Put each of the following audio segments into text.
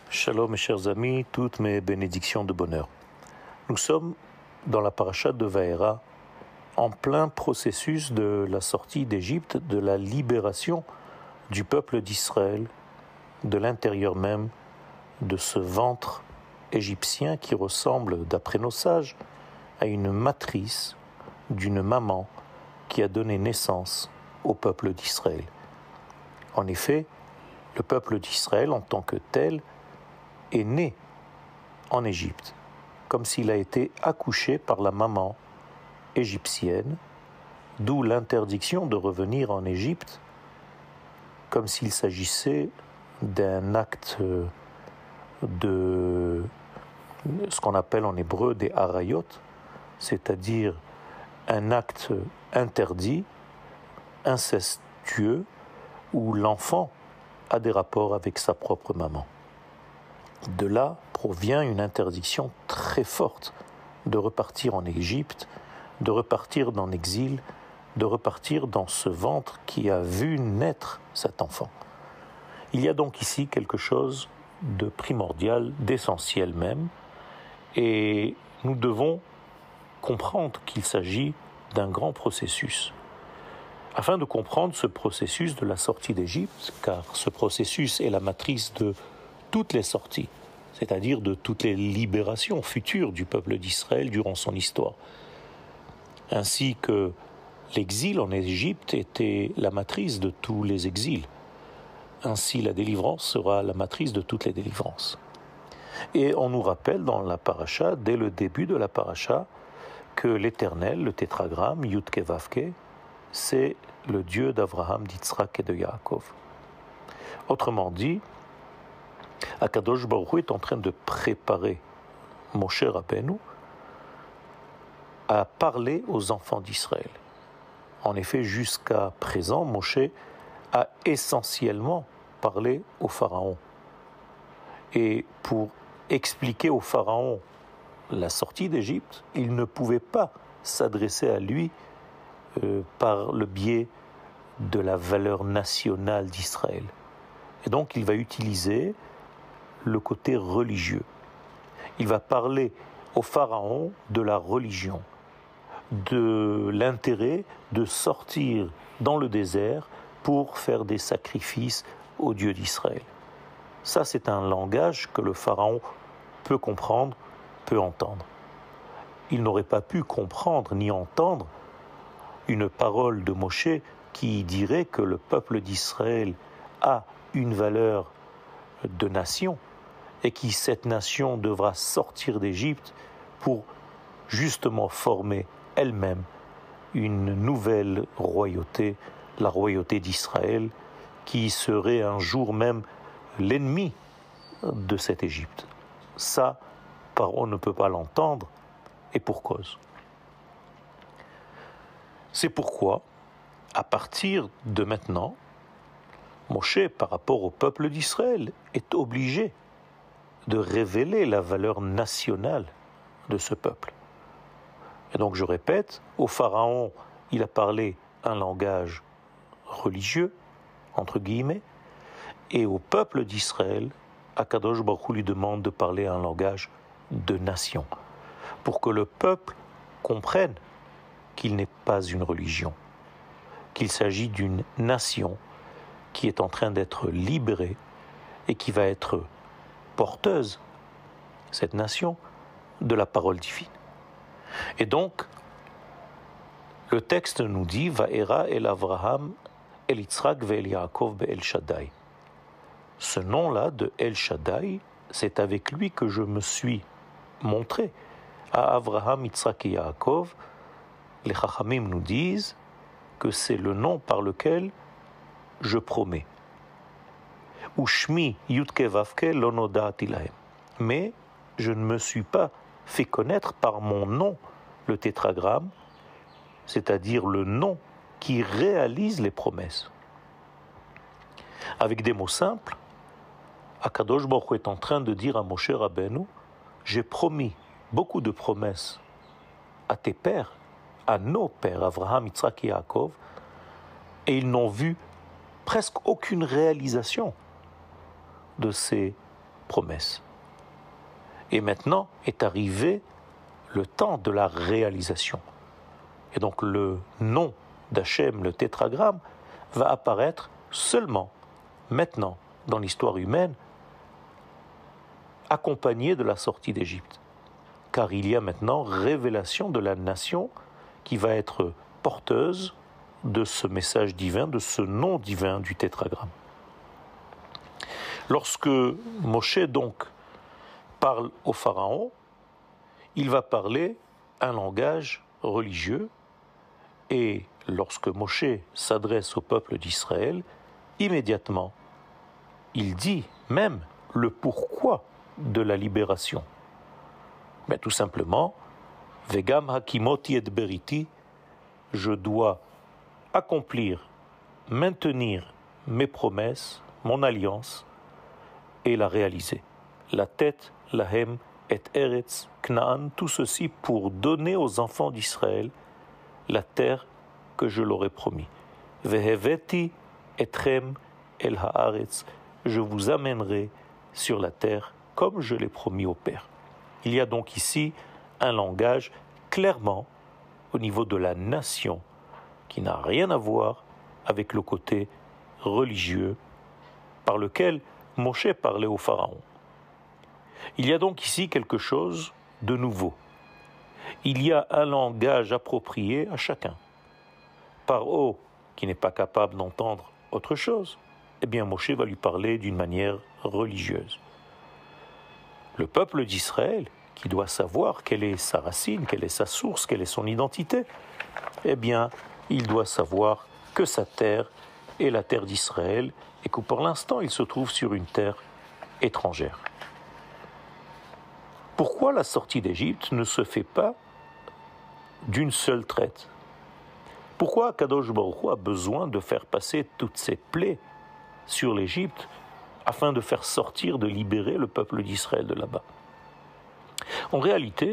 Shalom mes chers amis, toutes mes bénédictions de bonheur. Nous sommes dans la paracha de Vaera, en plein processus de la sortie d'Égypte, de la libération du peuple d'Israël, de l'intérieur même de ce ventre égyptien qui ressemble, d'après nos sages, à une matrice d'une maman qui a donné naissance au peuple d'Israël. En effet, le peuple d'Israël en tant que tel est né en Égypte, comme s'il a été accouché par la maman égyptienne, d'où l'interdiction de revenir en Égypte, comme s'il s'agissait d'un acte de ce qu'on appelle en hébreu des harayot, c'est-à-dire un acte interdit, incestueux, où l'enfant a des rapports avec sa propre maman. De là provient une interdiction très forte de repartir en Égypte, de repartir en exil, de repartir dans ce ventre qui a vu naître cet enfant. Il y a donc ici quelque chose de primordial, d'essentiel même, et nous devons comprendre qu'il s'agit d'un grand processus. Afin de comprendre ce processus de la sortie d'Égypte, car ce processus est la matrice de toutes les sorties, c'est-à-dire de toutes les libérations futures du peuple d'Israël durant son histoire. Ainsi que l'exil en Égypte était la matrice de tous les exils. Ainsi la délivrance sera la matrice de toutes les délivrances. Et on nous rappelle dans la paracha, dès le début de la paracha, que l'Éternel, le tétragramme, Yud-Ke Vav-Ke, c'est le Dieu d'Abraham, d'Yitzhak et de Yaakov. Autrement dit, Akadosh Baruch Hu est en train de préparer Moshe Rabbeinu à parler aux enfants d'Israël. En effet, jusqu'à présent, Moshe a essentiellement parlé au Pharaon. Et pour expliquer au Pharaon la sortie d'Égypte, il ne pouvait pas s'adresser à lui par le biais de la valeur nationale d'Israël. Et donc il va utiliser le côté religieux. Il va parler au Pharaon de la religion, de l'intérêt de sortir dans le désert pour faire des sacrifices au Dieu d'Israël. Ça, c'est un langage que le Pharaon peut comprendre, peut entendre. Il n'aurait pas pu comprendre ni entendre une parole de Moshe qui dirait que le peuple d'Israël a une valeur de nation et que cette nation devra sortir d'Égypte pour justement former elle-même une nouvelle royauté, la royauté d'Israël, qui serait un jour même l'ennemi de cette Égypte. Ça, Paro ne peut pas l'entendre, et pour cause. C'est pourquoi, à partir de maintenant, Moshe, par rapport au peuple d'Israël, est obligé de révéler la valeur nationale de ce peuple. Et donc je répète, au Pharaon, il a parlé un langage religieux, entre guillemets, et au peuple d'Israël, Akadosh Baruch Hu lui demande de parler un langage de nation, pour que le peuple comprenne qu'il n'est pas une religion, qu'il s'agit d'une nation qui est en train d'être libérée et qui va être porteuse, cette nation, de la parole divine. Et donc, le texte nous dit « Vaera el Avraham, el Yitzhak ve el Yaakov be el Shaddai ». Ce nom-là de El Shaddai, c'est avec lui que je me suis montré à Avraham, Yitzhak et Yaakov. Les Chachamim nous disent que c'est le nom par lequel je promets. Ushmi Yud-Ke Vav-Ke lo noda'ati lahem. Mais je ne me suis pas fait connaître par mon nom, le tétragramme, c'est-à-dire le nom qui réalise les promesses. Avec des mots simples, Akadosh Baruch Hu est en train de dire à Moshe Rabbeinu, j'ai promis beaucoup de promesses à tes pères, à nos pères, Avraham, Yitzhak et Yaakov, et ils n'ont vu presque aucune réalisation de ces promesse. Et maintenant est arrivé le temps de la réalisation. Et donc le nom d'Hachem, le tétragramme, va apparaître seulement maintenant dans l'histoire humaine, accompagné de la sortie d'Égypte. Car il y a maintenant révélation de la nation qui va être porteuse de ce message divin, de ce nom divin du tétragramme. Lorsque Moshe donc parle au Pharaon, il va parler un langage religieux, et lorsque Moshe s'adresse au peuple d'Israël, immédiatement, il dit même le pourquoi de la libération. Mais tout simplement, Vegam hakimoti et beriti, je dois accomplir, maintenir mes promesses, mon alliance, et la réaliser. La tête, lahem, et eretz, knaan, tout ceci pour donner aux enfants d'Israël la terre que je leur ai promis. Veheveti etrem el haaretz, je vous amènerai sur la terre comme je l'ai promis au Père. Il y a donc ici un langage clairement au niveau de la nation qui n'a rien à voir avec le côté religieux par lequel Moshe parlait au Pharaon. Il y a donc ici quelque chose de nouveau. Il y a un langage approprié à chacun. Paro, qui n'est pas capable d'entendre autre chose, eh bien Moshe va lui parler d'une manière religieuse. Le peuple d'Israël, qui doit savoir quelle est sa racine, quelle est sa source, quelle est son identité, eh bien, il doit savoir que sa terre est la terre d'Israël et que pour l'instant, il se trouve sur une terre étrangère. Pourquoi la sortie d'Égypte ne se fait pas d'une seule traite? Pourquoi Kadosh Baruch Hu a besoin de faire passer toutes ces plaies sur l'Égypte afin de faire sortir, de libérer le peuple d'Israël de là-bas? En réalité,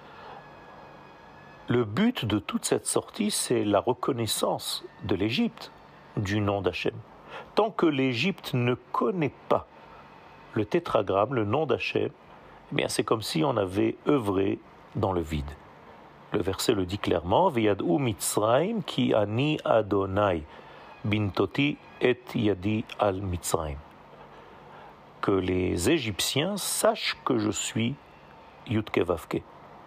le but de toute cette sortie, c'est la reconnaissance de l'Égypte du nom d'Hachem. Tant que l'Égypte ne connaît pas le tétragramme, le nom d'Hachem, eh bien c'est comme si on avait œuvré dans le vide. Le verset le dit clairement, Veyad'u Mitzrayim ki ani Adonai bintoti et yadi al Mitzrayim. Que les Égyptiens sachent que je suis Yudke Vavke.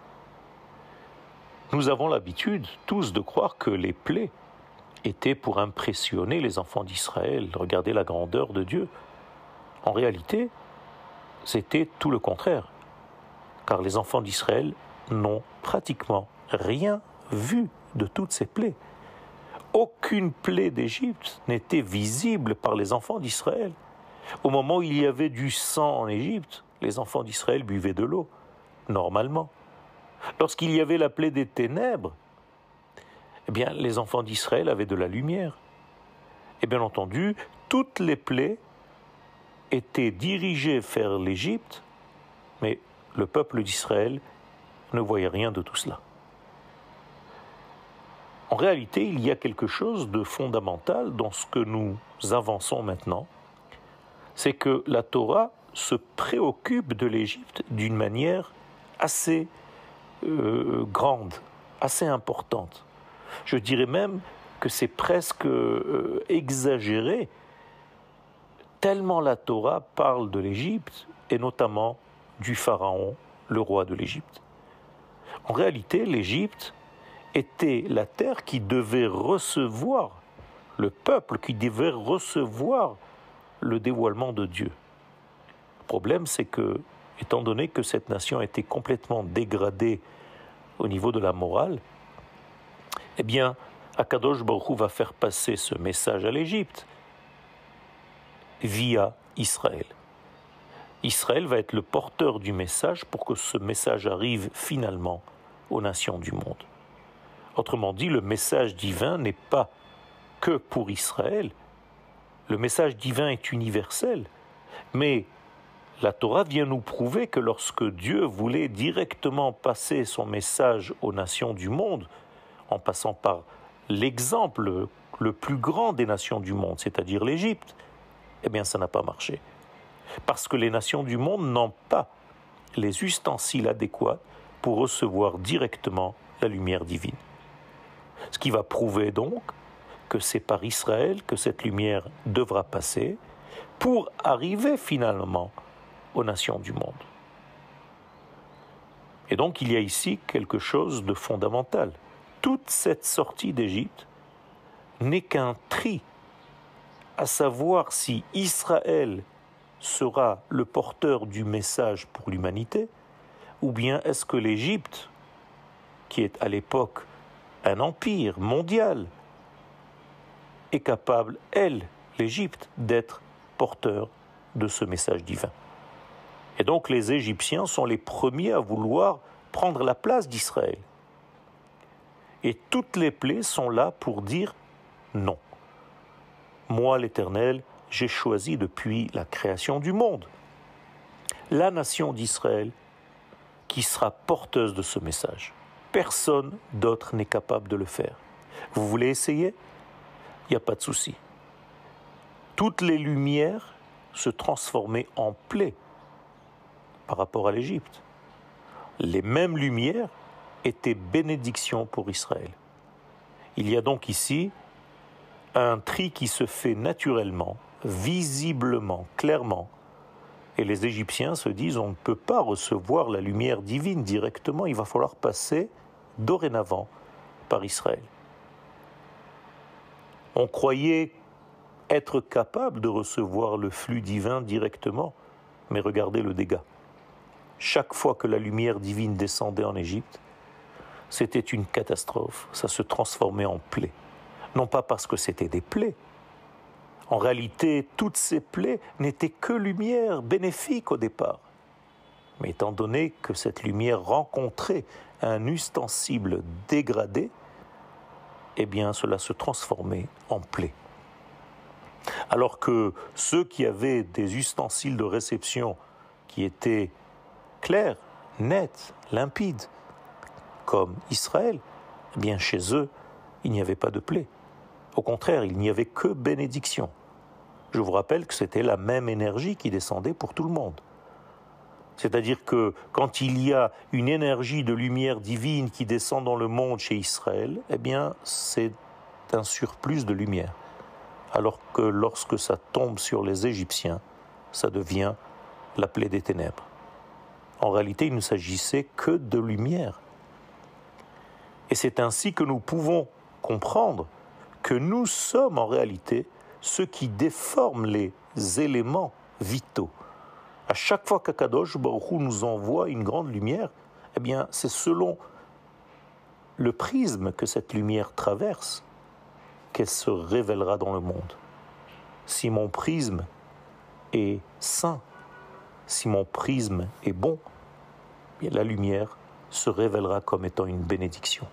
Nous avons l'habitude tous de croire que les plaies étaient pour impressionner les enfants d'Israël, regarder la grandeur de Dieu. En réalité, c'était tout le contraire, car les enfants d'Israël n'ont pratiquement rien vu de toutes ces plaies. Aucune plaie d'Égypte n'était visible par les enfants d'Israël. Au moment où il y avait du sang en Égypte, les enfants d'Israël buvaient de l'eau, normalement. Lorsqu'il y avait la plaie des ténèbres, eh bien, les enfants d'Israël avaient de la lumière. Et bien entendu, toutes les plaies étaient dirigées vers l'Égypte, mais le peuple d'Israël ne voyait rien de tout cela. En réalité, il y a quelque chose de fondamental dans ce que nous avançons maintenant, c'est que la Torah se préoccupe de l'Égypte d'une manière assez grande, assez importante. Je dirais même que c'est presque exagéré, tellement la Torah parle de l'Égypte, et notamment du Pharaon, le roi de l'Égypte. En réalité, l'Égypte était la terre qui devait recevoir, le peuple qui devait recevoir le dévoilement de Dieu. Le problème, c'est que, étant donné que cette nation était complètement dégradée au niveau de la morale, eh bien, Akadosh Baruch Hu va faire passer ce message à l'Égypte via Israël. Israël va être le porteur du message pour que ce message arrive finalement aux nations du monde. Autrement dit, le message divin n'est pas que pour Israël. Le message divin est universel, mais la Torah vient nous prouver que lorsque Dieu voulait directement passer son message aux nations du monde, en passant par l'exemple le plus grand des nations du monde, c'est-à-dire l'Égypte, eh bien ça n'a pas marché. parce que les nations du monde n'ont pas les ustensiles adéquats pour recevoir directement la lumière divine. Ce qui va prouver donc que c'est par Israël que cette lumière devra passer pour arriver finalement aux nations du monde. Et donc il y a ici quelque chose de fondamental. Toute cette sortie d'Égypte n'est qu'un tri, à savoir si Israël sera le porteur du message pour l'humanité, ou bien est-ce que l'Égypte, qui est à l'époque un empire mondial, est capable, elle, l'Égypte, d'être porteur de ce message divin. Et donc les Égyptiens sont les premiers à vouloir prendre la place d'Israël. Et toutes les plaies sont là pour dire non. Moi, l'Éternel, j'ai choisi depuis la création du monde la nation d'Israël qui sera porteuse de ce message. Personne d'autre n'est capable de le faire. Vous voulez essayer ? Il n'y a pas de souci. Toutes les lumières se transformaient en plaies par rapport à l'Égypte. Les mêmes lumières étaient bénédictions pour Israël. Il y a donc ici un tri qui se fait naturellement, visiblement, clairement. Et les Égyptiens se disent, on ne peut pas recevoir la lumière divine directement, il va falloir passer dorénavant par Israël. On croyait être capable de recevoir le flux divin directement, mais regardez le dégât. Chaque fois que la lumière divine descendait en Égypte, c'était une catastrophe, ça se transformait en plaies. Non pas parce que c'était des plaies. En réalité, toutes ces plaies n'étaient que lumière bénéfique au départ. Mais étant donné que cette lumière rencontrait un ustensile dégradé, eh bien cela se transformait en plaies. Alors que ceux qui avaient des ustensiles de réception qui étaient clairs, nets, limpides, comme Israël, eh bien chez eux, il n'y avait pas de plaies. Au contraire, il n'y avait que bénédiction. Je vous rappelle que c'était la même énergie qui descendait pour tout le monde. C'est-à-dire que quand il y a une énergie de lumière divine qui descend dans le monde chez Israël, eh bien c'est un surplus de lumière. Alors que lorsque ça tombe sur les Égyptiens, ça devient la plaie des ténèbres. En réalité, il ne s'agissait que de lumière. Et c'est ainsi que nous pouvons comprendre que nous sommes en réalité ceux qui déforment les éléments vitaux. À chaque fois qu'Akadosh Baruch Hu nous envoie une grande lumière, eh bien, c'est selon le prisme que cette lumière traverse qu'elle se révélera dans le monde. Si mon prisme est sain, si mon prisme est bon, eh bien, la lumière se révélera comme étant une bénédiction.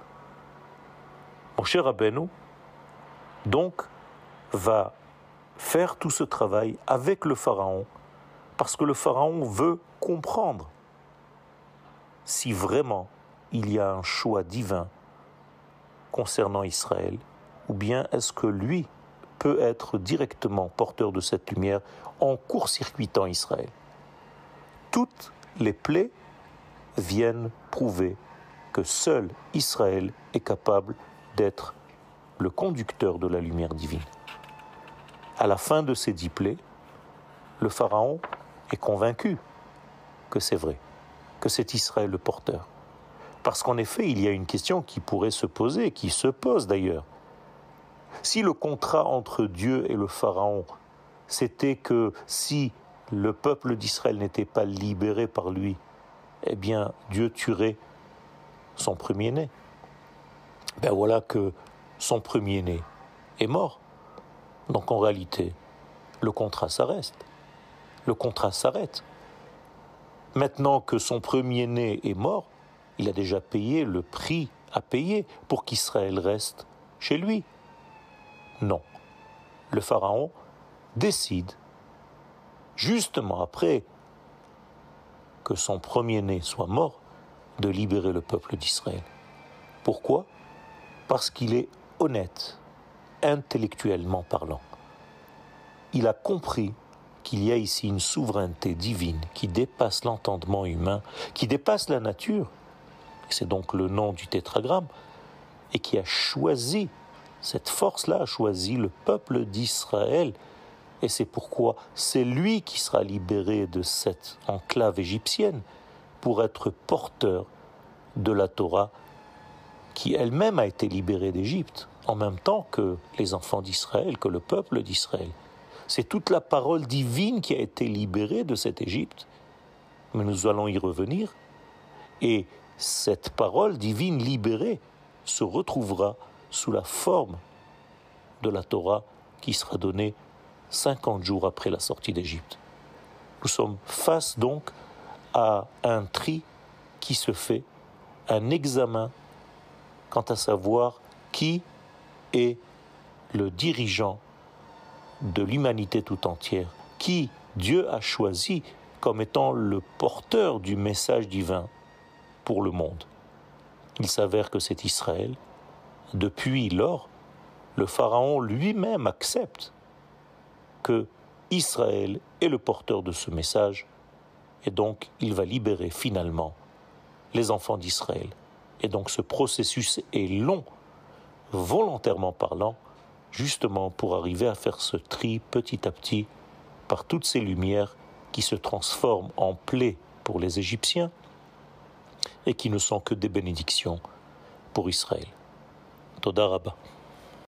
Mon cher Rabbeinu, donc, va faire tout ce travail avec le Pharaon, parce que le Pharaon veut comprendre si vraiment il y a un choix divin concernant Israël, ou bien est-ce que lui peut être directement porteur de cette lumière en court-circuitant Israël. Toutes les plaies viennent prouver que seul Israël est capable d'être le conducteur de la lumière divine. À la fin de ces 10 plaies, le Pharaon est convaincu que c'est vrai, que c'est Israël le porteur. Parce qu'en effet, il y a une question qui pourrait se poser, qui se pose d'ailleurs. Si le contrat entre Dieu et le Pharaon, c'était que si le peuple d'Israël n'était pas libéré par lui, eh bien Dieu tuerait son premier-né. Ben voilà que son premier-né est mort. Donc en réalité, le contrat s'arrête. Le contrat s'arrête. Maintenant que son premier-né est mort, il a déjà payé le prix à payer pour qu'Israël reste chez lui. Non. Le Pharaon décide, justement après que son premier-né soit mort, de libérer le peuple d'Israël. Pourquoi ? Parce qu'il est honnête, intellectuellement parlant. Il a compris qu'il y a ici une souveraineté divine qui dépasse l'entendement humain, qui dépasse la nature, c'est donc le nom du tétragramme, et qui a choisi, cette force-là a choisi le peuple d'Israël, et c'est pourquoi c'est lui qui sera libéré de cette enclave égyptienne pour être porteur de la Torah qui elle-même a été libérée d'Égypte, en même temps que les enfants d'Israël, que le peuple d'Israël. C'est toute la parole divine qui a été libérée de cette Égypte, mais nous allons y revenir, et cette parole divine libérée se retrouvera sous la forme de la Torah qui sera donnée 50 jours après la sortie d'Égypte. Nous sommes face donc à un tri qui se fait, un examen quant à savoir qui est le dirigeant de l'humanité tout entière, qui Dieu a choisi comme étant le porteur du message divin pour le monde. Il s'avère que c'est Israël. Depuis lors, le Pharaon lui-même accepte que Israël est le porteur de ce message, et donc il va libérer finalement les enfants d'Israël. Et donc ce processus est long, volontairement parlant, justement pour arriver à faire ce tri petit à petit par toutes ces lumières qui se transforment en plaies pour les Égyptiens et qui ne sont que des bénédictions pour Israël. Toda Rabba.